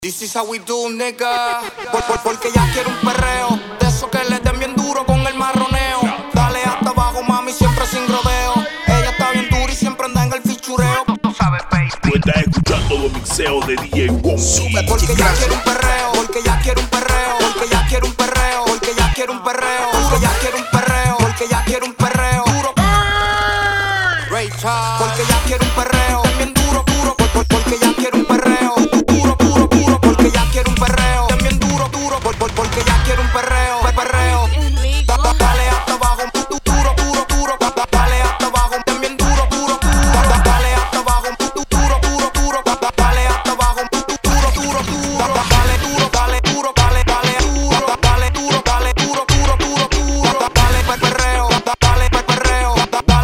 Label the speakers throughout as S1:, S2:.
S1: This is how we do, nigga. Porque ya quiero un perreo, de eso que le den bien duro con el marroneo. Dale hasta abajo, mami, siempre sin rodeo. Ella está bien dura y siempre anda en el fichureo. Tú sabes, baby.
S2: Tú estás escuchando los mixeos de DJ Wonky.
S1: Porque ya quiero un perreo, porque ya quiero un perreo, porque ya quiero un perreo, porque ya quiero un perreo, porque ya quiero un perreo, porque ya quiero un perreo duro. Ray Charles. Porque ya quiero un perreo, bien duro, duro, porque ya quiero un perreo. Porque ya quiero un perreo, bien duro, duro, porque ya quiero un perreo, perreo. Dale hasta abajo, duro, duro, duro. Dale hasta abajo, bien duro, duro. Dale hasta abajo, duro, duro, duro. Dale hasta abajo, duro, duro, duro. Dale duro, dale duro, dale duro, dale duro, dale duro, duro, duro, duro. Dale perreo, dale perreo,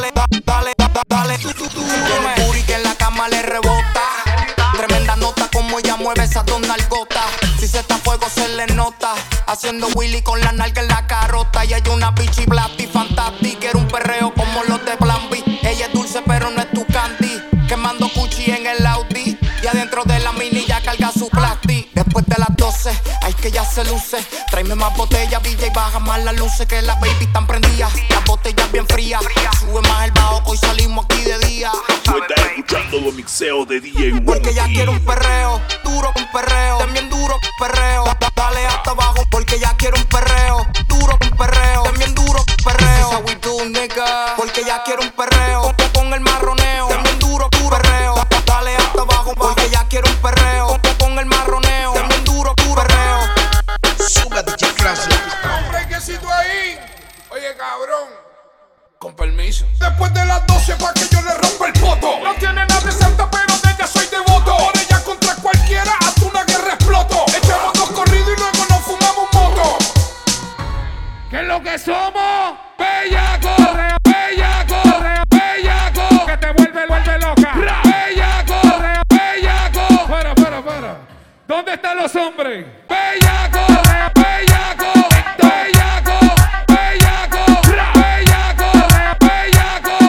S1: dale. Tiene booty que en la cama le rebota. Tremenda nota como ella mueve esas dos nalgotas. Si se está a fuego se le nota. Haciendo Willy con la nalga en la carota. Y hay una bichi blasti fantástica. Quiere un perreo como los de Plan B. Ella es dulce pero no es tu candy. Quemando cuchi en el Audi. Y adentro de la mini ya carga su plasti. Después de las 12, ay que ya se luce. Tráeme más botellas, DJ, baja más las luces. Que las baby están prendidas, las botellas bien frías. Sube más el bajo que hoy salimos aquí de día.
S2: Tú estás escuchando los mixeos de DJ Wonky.
S1: Porque ya quiero un perreo, duro un perreo, también duro un perreo. Dale hasta abajo, porque ya quiero un perreo, duro un perreo, también duro un perreo. This is how we do, nigga. Porque ya quiero un perreo, con el marroneo, también duro un perreo. Dale hasta abajo, porque ya quiero un perreo, con el marroneo, también duro un perreo.
S3: Sube DJ Classic.
S4: Un brequecito ahí. Oye, cabrón. Con permiso. Después de las 12 pa' que yo le rompa el poto. No tiene nada de santa, pero de ella soy devoto. Por ella contra cualquiera, hasta una guerra exploto. Echamos dos corridos y luego nos fumamos moto. ¿Qué es lo que somos? Bellaco, bellaco, bellaco. Que te vuelve loca. Bellaco, bellaco. Para. ¿Dónde están los hombres? Bellaco, bellaco, bellaco, bellaco, bellaco, bellaco,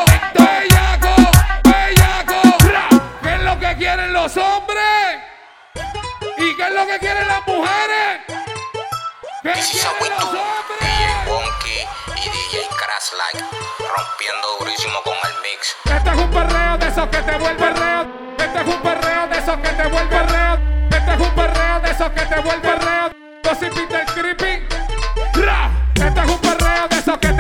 S4: bellaco. ¿Qué es lo que quieren los hombres? ¿Y qué es lo que quieren las mujeres? ¿Qué quieren los hombres?
S5: DJ Wonky y DJ Crash rompiendo durísimo con el mix.
S4: Este es un perreo de esos que te vuelve reo. Este es un perreo de esos que te vuelve reo. Este es un perreo de esos que te vuelve reo. Dos y pita el creepy. Este es un perreo de esos que